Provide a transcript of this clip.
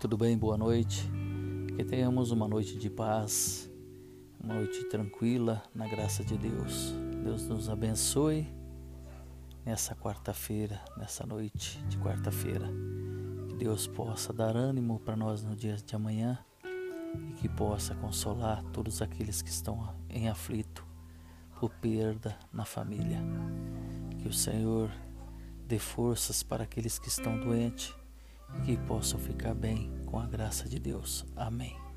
tudo bem? Boa noite. Que tenhamos uma noite de paz, uma noite tranquila, na graça de Deus. Deus nos abençoe nessa quarta-feira, nessa noite de quarta-feira. Que Deus possa dar ânimo para nós no dia de amanhã e que possa consolar todos aqueles que estão em aflito por perda na família. Que o Senhor dê forças para aqueles que estão doentes e que possam ficar bem com a graça de Deus. Amém.